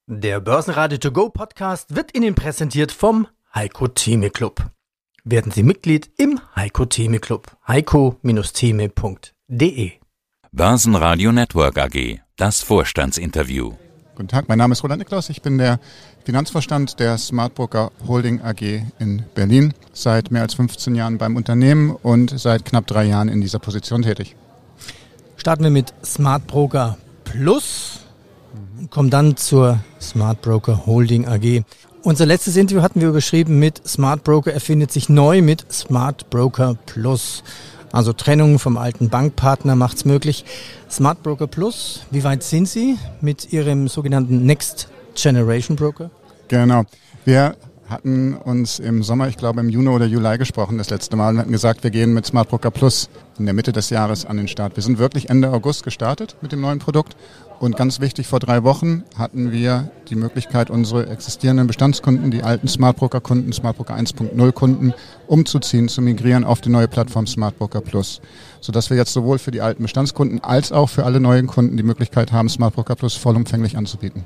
Der Börsenradio To Go Podcast wird Ihnen präsentiert vom Heiko Theme Club. Werden Sie Mitglied im Heiko Theme Club. heiko-theme.de. Börsenradio Network AG, das Vorstandsinterview. Guten Tag, mein Name ist Roland Niklaus. Ich bin der Finanzvorstand der Smart Broker Holding AG in Berlin. Seit mehr als 15 Jahren beim Unternehmen und seit knapp 3 Jahren in dieser Position tätig. Starten wir mit Smart Broker Plus und kommen dann zur Smart Broker Holding AG. Unser letztes Interview hatten wir überschrieben mit Smart Broker erfindet sich neu mit Smart Broker Plus. Also Trennung vom alten Bankpartner macht's möglich. Smart Broker Plus, wie weit sind Sie mit Ihrem sogenannten Next Generation Broker? Genau. Wir hatten uns im Sommer, ich glaube im Juni oder Juli gesprochen, das letzte Mal, und hatten gesagt, wir gehen mit Smart Broker Plus in der Mitte des Jahres an den Start. Wir sind wirklich Ende August gestartet mit dem neuen Produkt. Und ganz wichtig, vor 3 Wochen hatten wir die Möglichkeit, unsere existierenden Bestandskunden, die alten Smart Broker Kunden, Smart Broker 1.0 Kunden, umzuziehen, zu migrieren auf die neue Plattform Smart Broker Plus. Sodass wir jetzt sowohl für die alten Bestandskunden als auch für alle neuen Kunden die Möglichkeit haben, Smart Broker Plus vollumfänglich anzubieten.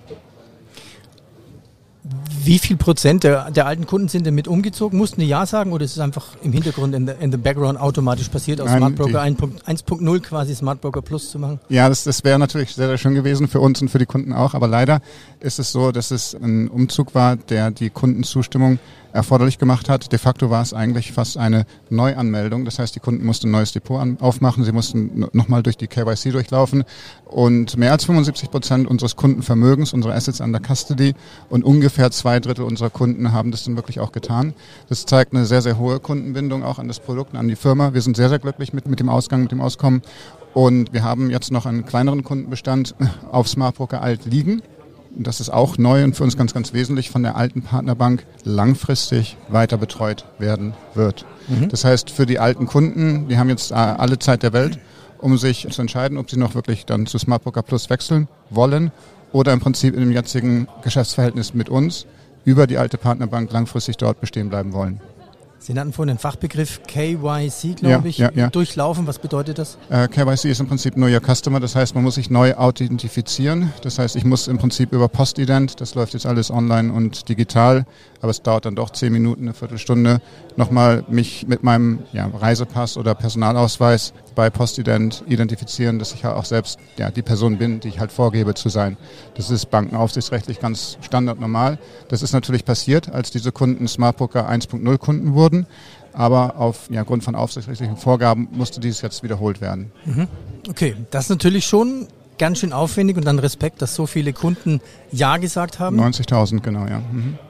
Wie viel Prozent der alten Kunden sind denn mit umgezogen? Mussten die Ja sagen oder ist es einfach im Hintergrund in the background automatisch passiert, aus Smart Broker 1.0 quasi Smart Broker Plus zu machen? Ja, das wäre natürlich sehr, sehr schön gewesen für uns und für die Kunden auch. Aber leider ist es so, dass es ein Umzug war, der die Kundenzustimmung erforderlich gemacht hat. De facto war es eigentlich fast eine Neuanmeldung. Das heißt, die Kunden mussten ein neues Depot aufmachen. Sie mussten nochmal durch die KYC durchlaufen. Und mehr als 75% unseres Kundenvermögens, unserer Assets under Custody und ungefähr 2/3 unserer Kunden haben das dann wirklich auch getan. Das zeigt eine sehr, sehr hohe Kundenbindung auch an das Produkt, an die Firma. Wir sind sehr, sehr glücklich mit dem Ausgang, mit dem Auskommen. Und wir haben jetzt noch einen kleineren Kundenbestand auf Smart Broker Alt liegen. Das ist auch neu und für uns ganz, ganz wesentlich, von der alten Partnerbank langfristig weiter betreut werden wird. Das heißt, für die alten Kunden, die haben jetzt alle Zeit der Welt, um sich zu entscheiden, ob sie noch wirklich dann zu Smart Broker Plus wechseln wollen oder im Prinzip in dem jetzigen Geschäftsverhältnis mit uns über die alte Partnerbank langfristig dort bestehen bleiben wollen. Sie nannten vorhin den Fachbegriff KYC, glaube ich. Ja. Durchlaufen, was bedeutet das? KYC ist im Prinzip Know Your Customer, das heißt, man muss sich neu authentifizieren. Das heißt, ich muss im Prinzip über Postident, das läuft jetzt alles online und digital, aber es dauert dann doch 10 Minuten, eine Viertelstunde, nochmal mich mit meinem Reisepass oder Personalausweis bei Postident identifizieren, dass ich halt auch selbst die Person bin, die ich halt vorgebe zu sein. Das ist bankenaufsichtsrechtlich ganz standardnormal. Das ist natürlich passiert, als diese Kunden Smart Broker 1.0 Kunden wurden, aber aufgrund von aufsichtsrechtlichen Vorgaben musste dies jetzt wiederholt werden. Okay, das ist natürlich schon ganz schön aufwendig und dann Respekt, dass so viele Kunden Ja gesagt haben. 90.000, genau, ja.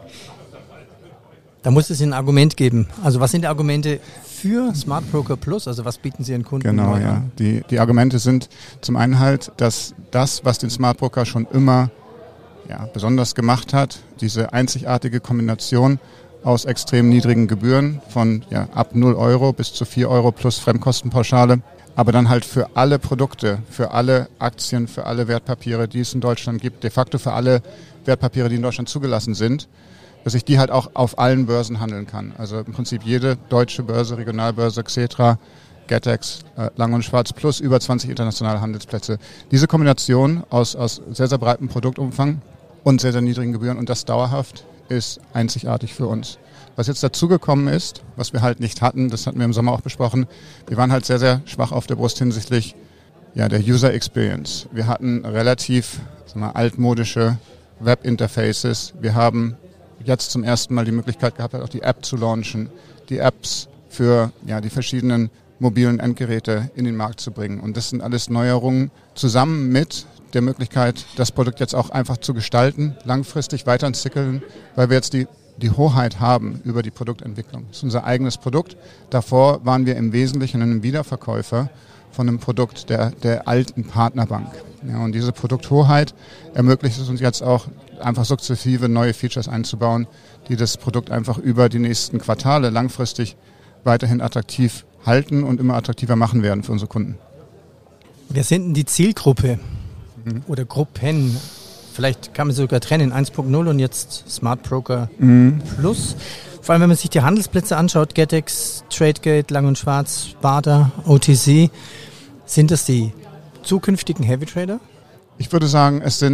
Da muss es ein Argument geben. Also was sind die Argumente für Smart Broker Plus? Also was bieten Sie Ihren Kunden? Genau, ja. Die Argumente sind zum einen halt, dass das, was den Smart Broker schon immer besonders gemacht hat, diese einzigartige Kombination aus extrem niedrigen Gebühren von ab 0 Euro bis zu 4 Euro plus Fremdkostenpauschale, aber dann halt für alle Produkte, für alle Aktien, für alle Wertpapiere, die es in Deutschland gibt, de facto für alle Wertpapiere, die in Deutschland zugelassen sind, dass ich die halt auch auf allen Börsen handeln kann. Also im Prinzip jede deutsche Börse, Regionalbörse, Xetra, Getex, Lang & Schwarz plus über 20 internationale Handelsplätze. Diese Kombination aus sehr, sehr breitem Produktumfang und sehr, sehr niedrigen Gebühren und das dauerhaft ist einzigartig für uns. Was jetzt dazugekommen ist, was wir halt nicht hatten, das hatten wir im Sommer auch besprochen, wir waren halt sehr, sehr schwach auf der Brust hinsichtlich der User Experience. Wir hatten relativ altmodische Webinterfaces. Wir haben jetzt zum ersten Mal die Möglichkeit gehabt, auch die App zu launchen, die Apps für die verschiedenen mobilen Endgeräte in den Markt zu bringen. Und das sind alles Neuerungen zusammen mit der Möglichkeit, das Produkt jetzt auch einfach zu gestalten, langfristig weiterentwickeln, weil wir jetzt die Hoheit haben über die Produktentwicklung. Das ist unser eigenes Produkt. Davor waren wir im Wesentlichen ein Wiederverkäufer von einem Produkt der alten Partnerbank. Ja, und diese Produkthoheit ermöglicht es uns jetzt auch, einfach sukzessive neue Features einzubauen, die das Produkt einfach über die nächsten Quartale langfristig weiterhin attraktiv halten und immer attraktiver machen werden für unsere Kunden. Wer sind denn die Zielgruppe oder Gruppen? Vielleicht kann man sogar trennen, 1.0 und jetzt Smart Broker Plus. Vor allem, wenn man sich die Handelsplätze anschaut, Getex, Tradegate, Lang & Schwarz, Bada, OTC, sind das die zukünftigen Heavy Trader? Ich würde sagen, es sind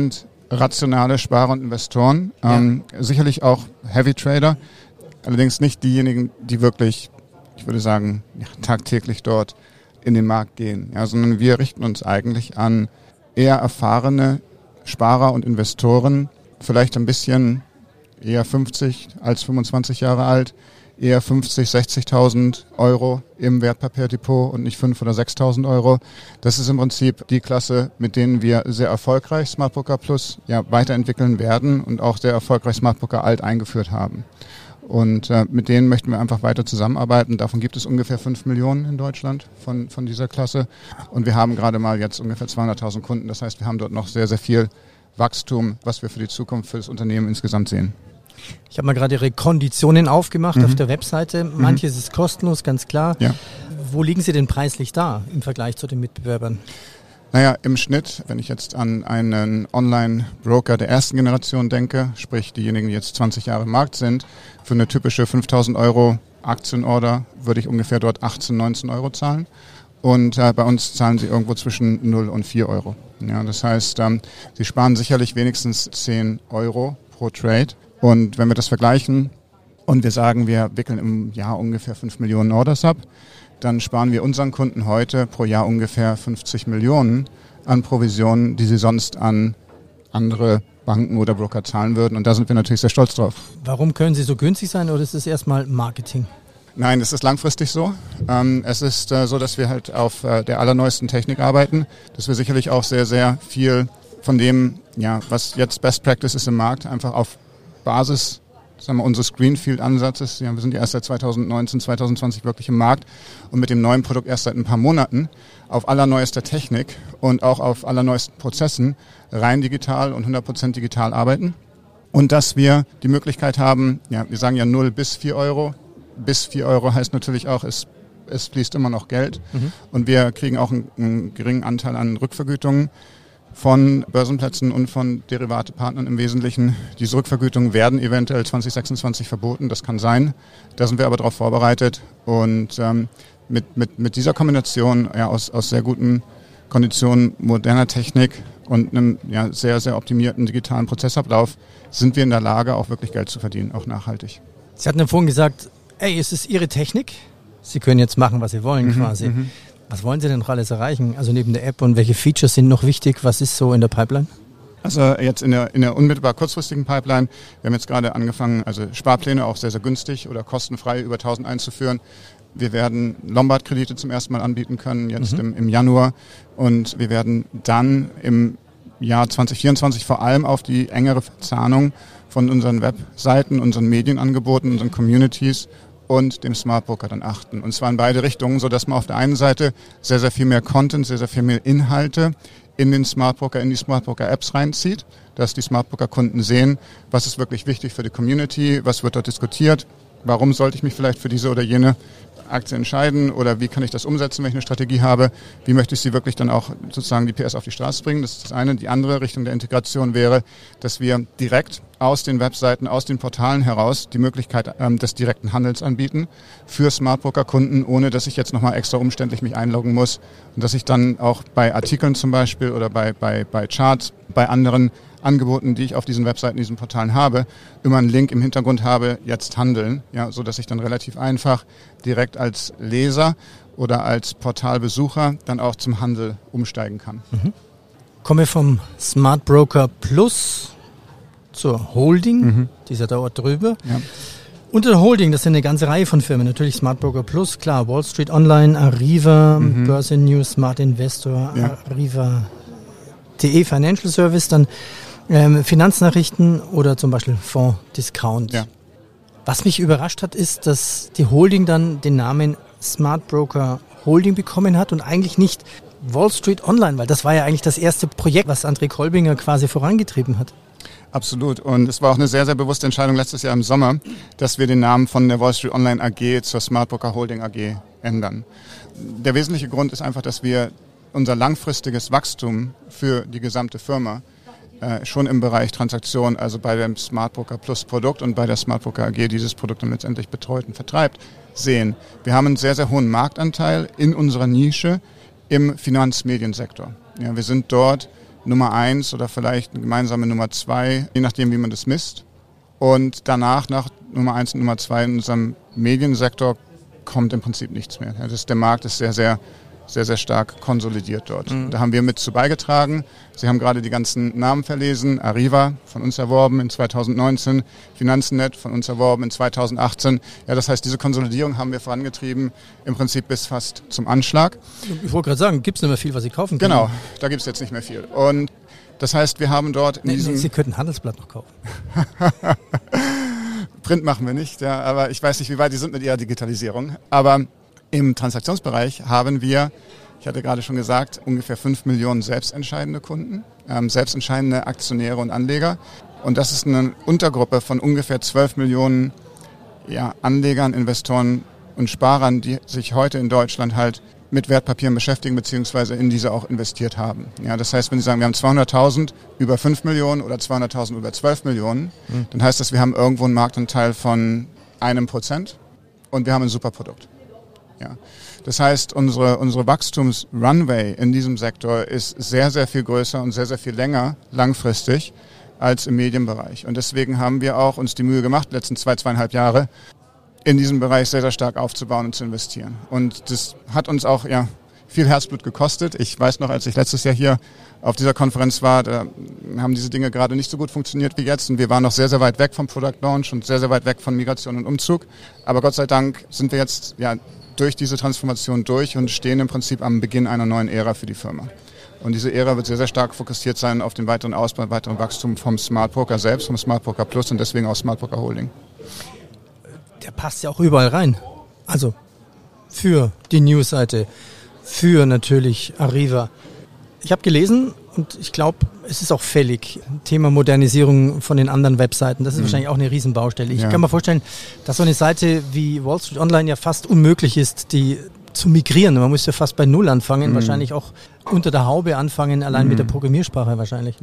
rationale Sparer und Investoren, sicherlich auch Heavy Trader, allerdings nicht diejenigen, die wirklich, ich würde sagen, tagtäglich dort in den Markt gehen, sondern wir richten uns eigentlich an eher erfahrene Sparer und Investoren, vielleicht ein bisschen eher 50 als 25 Jahre alt, eher 50, 60.000 Euro im Wertpapierdepot und nicht 5.000 oder 6.000 Euro. Das ist im Prinzip die Klasse, mit denen wir sehr erfolgreich Smart Broker Plus weiterentwickeln werden und auch sehr erfolgreich Smart Broker Alt eingeführt haben. Und mit denen möchten wir einfach weiter zusammenarbeiten. Davon gibt es ungefähr 5 Millionen in Deutschland von dieser Klasse. Und wir haben gerade mal jetzt ungefähr 200.000 Kunden. Das heißt, wir haben dort noch sehr, sehr viel Wachstum, was wir für die Zukunft, für das Unternehmen insgesamt sehen. Ich habe mal gerade Ihre Konditionen aufgemacht auf der Webseite. Manches ist kostenlos, ganz klar. Ja. Wo liegen Sie denn preislich da im Vergleich zu den Mitbewerbern? Naja, im Schnitt, wenn ich jetzt an einen Online-Broker der ersten Generation denke, sprich diejenigen, die jetzt 20 Jahre im Markt sind, für eine typische 5.000 Euro Aktienorder würde ich ungefähr dort 18, 19 Euro zahlen. Und bei uns zahlen sie irgendwo zwischen 0 und 4 Euro. Ja, das heißt, sie sparen sicherlich wenigstens 10 Euro pro Trade. Und wenn wir das vergleichen und wir sagen, wir wickeln im Jahr ungefähr 5 Millionen Orders ab, dann sparen wir unseren Kunden heute pro Jahr ungefähr 50 Millionen an Provisionen, die sie sonst an andere Banken oder Broker zahlen würden. Und da sind wir natürlich sehr stolz drauf. Warum können Sie so günstig sein oder ist es erstmal Marketing? Nein, es ist langfristig so. Es ist so, dass wir halt auf der allerneuesten Technik arbeiten, dass wir sicherlich auch sehr, sehr viel von dem, was jetzt Best Practice ist im Markt, einfach auf Basis unseres Greenfield-Ansatzes. Wir sind ja erst seit 2019, 2020 wirklich im Markt und mit dem neuen Produkt erst seit ein paar Monaten auf allerneuester Technik und auch auf allerneuesten Prozessen rein digital und 100% digital arbeiten. Und dass wir die Möglichkeit haben, wir sagen ja 0 bis 4 Euro. Bis 4 Euro heißt natürlich auch, es fließt immer noch Geld. Und wir kriegen auch einen geringen Anteil an Rückvergütungen von Börsenplätzen und von Derivatepartnern im Wesentlichen. Diese Rückvergütungen werden eventuell 2026 verboten, das kann sein. Da sind wir aber darauf vorbereitet. Und mit dieser Kombination aus sehr guten Konditionen, moderner Technik und einem sehr, sehr optimierten digitalen Prozessablauf sind wir in der Lage, auch wirklich Geld zu verdienen, auch nachhaltig. Sie hatten ja vorhin gesagt, es ist Ihre Technik. Sie können jetzt machen, was Sie wollen quasi. Was wollen Sie denn noch alles erreichen? Also neben der App und welche Features sind noch wichtig? Was ist so in der Pipeline? Also jetzt in der unmittelbar kurzfristigen Pipeline, wir haben jetzt gerade angefangen, also Sparpläne auch sehr, sehr günstig oder kostenfrei über 1.000 einzuführen. Wir werden Lombard-Kredite zum ersten Mal anbieten können, jetzt im Januar. Und wir werden dann im Jahr 2024 vor allem auf die engere Verzahnung von unseren Webseiten, unseren Medienangeboten, unseren Communities und dem Smart Broker dann achten. Und zwar in beide Richtungen, sodass man auf der einen Seite sehr, sehr viel mehr Content, sehr, sehr viel mehr Inhalte in den Smart Broker, in die Smart Broker Apps reinzieht, dass die Smart Broker Kunden sehen, was ist wirklich wichtig für die Community, was wird dort diskutiert, warum sollte ich mich vielleicht für diese oder jene Aktie entscheiden oder wie kann ich das umsetzen, wenn ich eine Strategie habe, wie möchte ich sie wirklich dann auch sozusagen die PS auf die Straße bringen, das ist das eine. Die andere Richtung der Integration wäre, dass wir direkt aus den Webseiten, aus den Portalen heraus die Möglichkeit des direkten Handels anbieten für Smart Broker Kunden, ohne dass ich jetzt nochmal extra umständlich mich einloggen muss und dass ich dann auch bei Artikeln zum Beispiel oder bei Charts, bei anderen Angeboten, die ich auf diesen Webseiten, diesen Portalen habe, immer einen Link im Hintergrund habe, jetzt handeln, so dass ich dann relativ einfach direkt als Leser oder als Portalbesucher dann auch zum Handel umsteigen kann. Kommen wir vom Smart Broker Plus zur Holding, dieser dauert drüber. Ja. Unter der Holding, das sind eine ganze Reihe von Firmen, natürlich Smart Broker Plus, klar, Wall Street Online, Arriva, Börse News, Smart Investor, Arriva.de Financial Service, dann Finanznachrichten oder zum Beispiel Fonds Discount. Ja. Was mich überrascht hat, ist, dass die Holding dann den Namen Smart Broker Holding bekommen hat und eigentlich nicht Wall Street Online, weil das war ja eigentlich das erste Projekt, was André Kolbinger quasi vorangetrieben hat. Absolut. Und es war auch eine sehr, sehr bewusste Entscheidung letztes Jahr im Sommer, dass wir den Namen von der Wall Street Online AG zur Smart Broker Holding AG ändern. Der wesentliche Grund ist einfach, dass wir unser langfristiges Wachstum für die gesamte Firma schon im Bereich Transaktion, also bei dem Smart Broker Plus Produkt und bei der Smart Broker AG dieses Produkt dann letztendlich betreut und vertreibt, sehen. Wir haben einen sehr, sehr hohen Marktanteil in unserer Nische im Finanzmediensektor. Ja, wir sind dort Nummer 1 oder vielleicht eine gemeinsame Nummer 2, je nachdem, wie man das misst. Und danach, nach Nummer 1 und Nummer 2 in unserem Mediensektor, kommt im Prinzip nichts mehr. Der Markt ist sehr, sehr stark konsolidiert dort. Da haben wir mit zu beigetragen. Sie haben gerade die ganzen Namen verlesen. Arriva, von uns erworben in 2019. Finanznet, von uns erworben in 2018. Ja, das heißt, diese Konsolidierung haben wir vorangetrieben, im Prinzip bis fast zum Anschlag. Ich wollte gerade sagen, gibt es nicht mehr viel, was Sie kaufen können? Genau, da gibt es jetzt nicht mehr viel. Und das heißt, wir haben dort in diesem... Sie könnten Handelsblatt noch kaufen. Print machen wir nicht, ja, aber ich weiß nicht, wie weit die sind mit ihrer Digitalisierung. Aber im Transaktionsbereich haben wir, ich hatte gerade schon gesagt, ungefähr 5 Millionen selbstentscheidende Kunden, selbstentscheidende Aktionäre und Anleger. Und das ist eine Untergruppe von ungefähr 12 Millionen Anlegern, Investoren und Sparern, die sich heute in Deutschland halt mit Wertpapieren beschäftigen, beziehungsweise in diese auch investiert haben. Ja, das heißt, wenn Sie sagen, wir haben 200.000 über 5 Millionen oder 200.000 über 12 Millionen, dann heißt das, wir haben irgendwo einen Marktanteil von 1% und wir haben ein super Produkt. Ja. Das heißt, unsere Wachstumsrunway in diesem Sektor ist sehr, sehr viel größer und sehr, sehr viel länger, langfristig, als im Medienbereich. Und deswegen haben wir auch uns die Mühe gemacht, die letzten 2,5 Jahre, in diesem Bereich sehr, sehr stark aufzubauen und zu investieren. Und das hat uns auch viel Herzblut gekostet. Ich weiß noch, als ich letztes Jahr hier auf dieser Konferenz war, da haben diese Dinge gerade nicht so gut funktioniert wie jetzt. Und wir waren noch sehr, sehr weit weg vom Product Launch und sehr, sehr weit weg von Migration und Umzug. Aber Gott sei Dank sind wir jetzt durch diese Transformation durch und stehen im Prinzip am Beginn einer neuen Ära für die Firma. Und diese Ära wird sehr, sehr stark fokussiert sein auf den weiteren Ausbau, weiteren Wachstum vom Smart Broker selbst, vom Smart Broker Plus und deswegen auch Smart Broker Holding. Der passt ja auch überall rein. Also für die Newsseite, für natürlich Arriva. Ich habe gelesen und ich glaube, es ist auch fällig. Thema Modernisierung von den anderen Webseiten, das ist wahrscheinlich auch eine Riesenbaustelle. Ich kann mir vorstellen, dass so eine Seite wie Wall Street Online ja fast unmöglich ist, die zu migrieren. Man muss ja fast bei Null anfangen, wahrscheinlich auch unter der Haube anfangen, allein mit der Programmiersprache wahrscheinlich.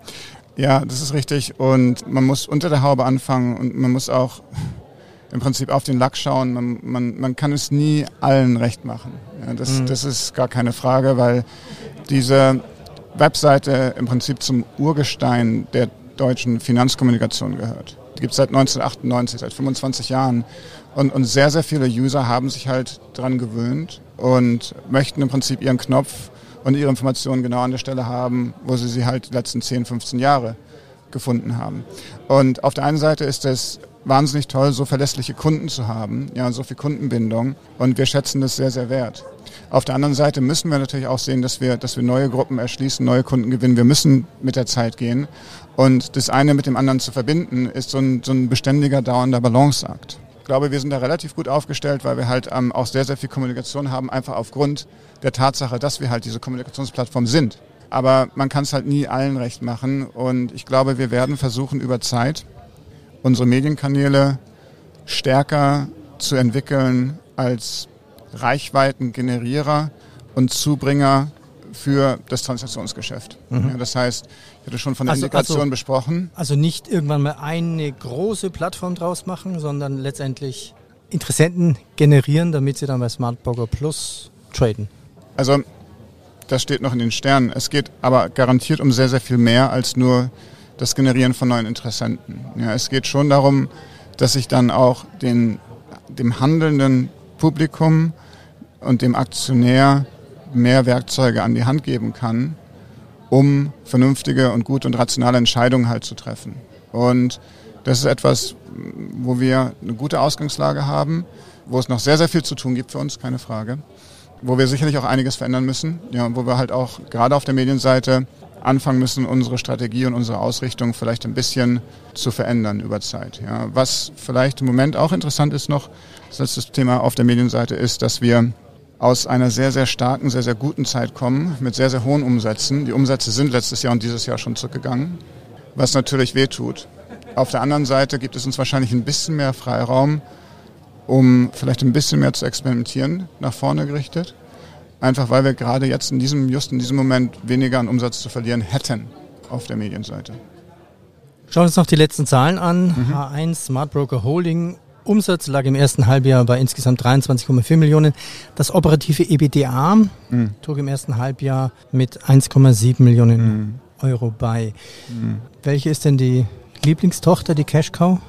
Ja, das ist richtig. Und man muss unter der Haube anfangen und man muss auch im Prinzip auf den Lack schauen. Man kann es nie allen recht machen. Ja, das ist gar keine Frage, weil diese Webseite im Prinzip zum Urgestein der deutschen Finanzkommunikation gehört. Die gibt es seit 1998, seit 25 Jahren. Und sehr, sehr viele User haben sich halt dran gewöhnt und möchten im Prinzip ihren Knopf und ihre Informationen genau an der Stelle haben, wo sie halt die letzten 10, 15 Jahre gefunden haben. Und auf der einen Seite ist es wahnsinnig toll, so verlässliche Kunden zu haben, so viel Kundenbindung, und wir schätzen das sehr, sehr wert. Auf der anderen Seite müssen wir natürlich auch sehen, dass wir neue Gruppen erschließen, neue Kunden gewinnen. Wir müssen mit der Zeit gehen, und das eine mit dem anderen zu verbinden, ist so ein beständiger, dauernder Balanceakt. Ich glaube, wir sind da relativ gut aufgestellt, weil wir halt auch sehr, sehr viel Kommunikation haben, einfach aufgrund der Tatsache, dass wir halt diese Kommunikationsplattform sind. Aber man kann es halt nie allen recht machen, und ich glaube, wir werden versuchen, über Zeit unsere Medienkanäle stärker zu entwickeln als Reichweitengenerierer und Zubringer für das Transaktionsgeschäft. Ja, das heißt, ich hatte schon von der Integration besprochen. Also nicht irgendwann mal eine große Plattform draus machen, sondern letztendlich Interessenten generieren, damit sie dann bei Smart Broker Plus traden. Also das steht noch in den Sternen. Es geht aber garantiert um sehr, sehr viel mehr als nur das Generieren von neuen Interessenten. Ja, es geht schon darum, dass ich dann auch dem handelnden Publikum und dem Aktionär mehr Werkzeuge an die Hand geben kann, um vernünftige und gute und rationale Entscheidungen halt zu treffen. Und das ist etwas, wo wir eine gute Ausgangslage haben, wo es noch sehr, sehr viel zu tun gibt für uns, keine Frage, wo wir sicherlich auch einiges verändern müssen, wo wir halt auch gerade auf der Medienseite anfangen müssen, unsere Strategie und unsere Ausrichtung vielleicht ein bisschen zu verändern über Zeit. Ja, was vielleicht im Moment auch interessant ist noch, das letzte Thema auf der Medienseite ist, dass wir aus einer sehr, sehr starken, sehr, sehr guten Zeit kommen, mit sehr, sehr hohen Umsätzen. Die Umsätze sind letztes Jahr und dieses Jahr schon zurückgegangen, was natürlich wehtut. Auf der anderen Seite gibt es uns wahrscheinlich ein bisschen mehr Freiraum, um vielleicht ein bisschen mehr zu experimentieren, nach vorne gerichtet. Einfach weil wir gerade jetzt just in diesem Moment weniger an Umsatz zu verlieren hätten auf der Medienseite. Schauen wir uns noch die letzten Zahlen an. H1 Smart Broker Holding. Umsatz lag im ersten Halbjahr bei insgesamt 23,4 Millionen. Das operative EBITDA trug im ersten Halbjahr mit 1,7 Millionen Euro bei. Welche ist denn die Lieblingstochter, die Cash Cow?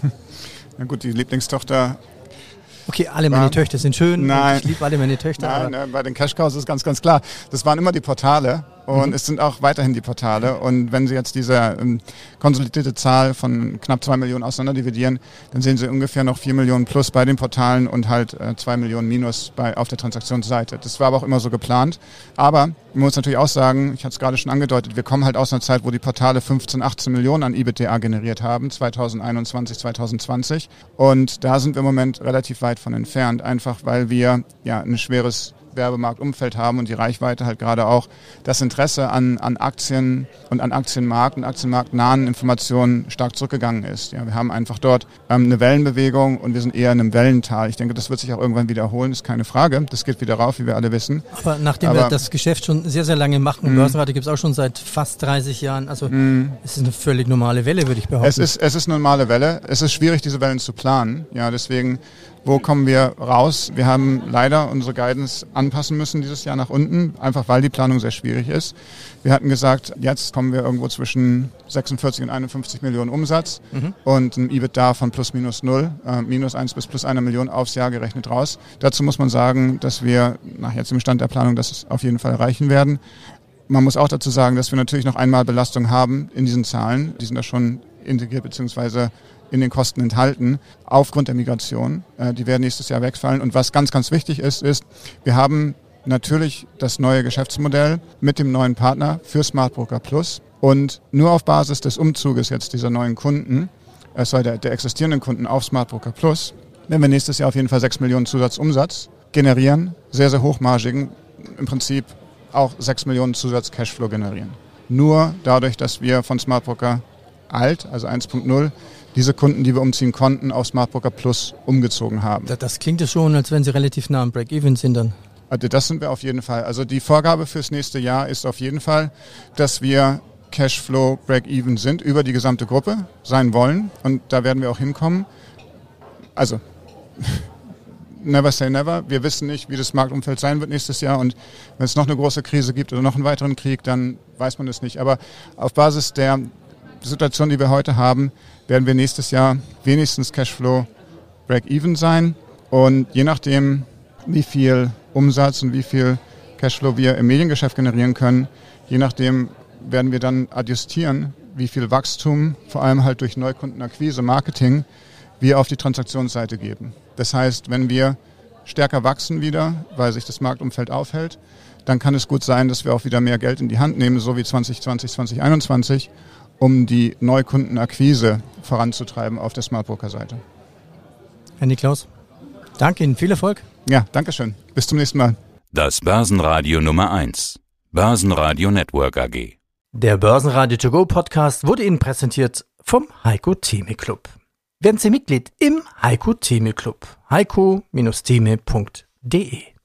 Na gut, die Lieblingstochter... Okay, alle meine Töchter sind schön. Nein. Ich liebe alle meine Töchter. Nein, bei den Cash Cows ist ganz klar. Das waren immer die Portale und es sind auch weiterhin die Portale. Und wenn Sie jetzt diese konsolidierte Zahl von knapp 2 Millionen auseinanderdividieren, dann sehen Sie ungefähr noch 4 Millionen plus bei den Portalen und halt 2 Millionen minus auf der Transaktionsseite. Das war aber auch immer so geplant. Aber man muss natürlich auch sagen, ich hatte es gerade schon angedeutet, wir kommen halt aus einer Zeit, wo die Portale 15, 18 Millionen an EBITDA generiert haben, 2021, 2020. Und da sind wir im Moment relativ weit von entfernt, einfach weil wir ja ein schweres Werbemarktumfeld haben und die Reichweite halt gerade auch das Interesse an Aktien und an Aktienmarkt und aktienmarktnahen Informationen stark zurückgegangen ist. Ja, wir haben einfach dort eine Wellenbewegung und wir sind eher in einem Wellental. Ich denke, das wird sich auch irgendwann wiederholen, ist keine Frage. Das geht wieder rauf, wie wir alle wissen. Aber nachdem wir das Geschäft schon sehr, sehr lange machen, Börsenradio gibt es auch schon seit fast 30 Jahren, also es ist eine völlig normale Welle, würde ich behaupten. Es ist eine normale Welle. Es ist schwierig, diese Wellen zu planen. Ja, deswegen, wo kommen wir raus? Wir haben leider unsere Guidance anpassen müssen dieses Jahr nach unten, einfach weil die Planung sehr schwierig ist. Wir hatten gesagt, jetzt kommen wir irgendwo zwischen 46 und 51 Millionen Umsatz und ein EBITDA von plus minus 0, minus 1 bis plus 1 Million aufs Jahr gerechnet raus. Dazu muss man sagen, dass wir nach jetzigem Stand der Planung das auf jeden Fall erreichen werden. Man muss auch dazu sagen, dass wir natürlich noch einmal Belastung haben in diesen Zahlen. Die sind da schon integriert bzw. in den Kosten enthalten, aufgrund der Migration. Die werden nächstes Jahr wegfallen. Und was ganz, ganz wichtig ist, wir haben natürlich das neue Geschäftsmodell mit dem neuen Partner für Smart Broker Plus. Und nur auf Basis des Umzuges jetzt dieser neuen Kunden, der existierenden Kunden auf Smart Broker Plus, werden wir nächstes Jahr auf jeden Fall 6 Millionen Zusatzumsatz generieren, sehr, sehr hochmargigen, im Prinzip auch 6 Millionen Zusatz-Cashflow generieren. Nur dadurch, dass wir von Smart Broker Alt, also 1.0, diese Kunden, die wir umziehen konnten, auf Smart Broker Plus umgezogen haben. Das klingt ja schon, als wenn Sie relativ nah am Break-Even sind dann. Also das sind wir auf jeden Fall. Also die Vorgabe fürs nächste Jahr ist auf jeden Fall, dass wir Cashflow Break-Even sind, über die gesamte Gruppe sein wollen. Und da werden wir auch hinkommen. Also never say never. Wir wissen nicht, wie das Marktumfeld sein wird nächstes Jahr. Und wenn es noch eine große Krise gibt oder noch einen weiteren Krieg, dann weiß man es nicht. Aber auf Basis der Situation, die wir heute haben, werden wir nächstes Jahr wenigstens Cashflow Break-Even sein. Und je nachdem, wie viel Umsatz und wie viel Cashflow wir im Mediengeschäft generieren können, je nachdem werden wir dann adjustieren, wie viel Wachstum, vor allem halt durch Neukundenakquise, Marketing, wir auf die Transaktionsseite geben. Das heißt, wenn wir stärker wachsen wieder, weil sich das Marktumfeld aufhält, dann kann es gut sein, dass wir auch wieder mehr Geld in die Hand nehmen, so wie 2020, 2021, um die Neukundenakquise voranzutreiben auf der Smart Broker Seite. Herr Niklaus, danke Ihnen, viel Erfolg. Ja, danke schön. Bis zum nächsten Mal. Das Börsenradio Nummer 1. Börsenradio Network AG. Der Börsenradio To Go Podcast wurde Ihnen präsentiert vom Heiko Theme Club. Werden Sie Mitglied im Heiko Theme Club. heiko-theme.de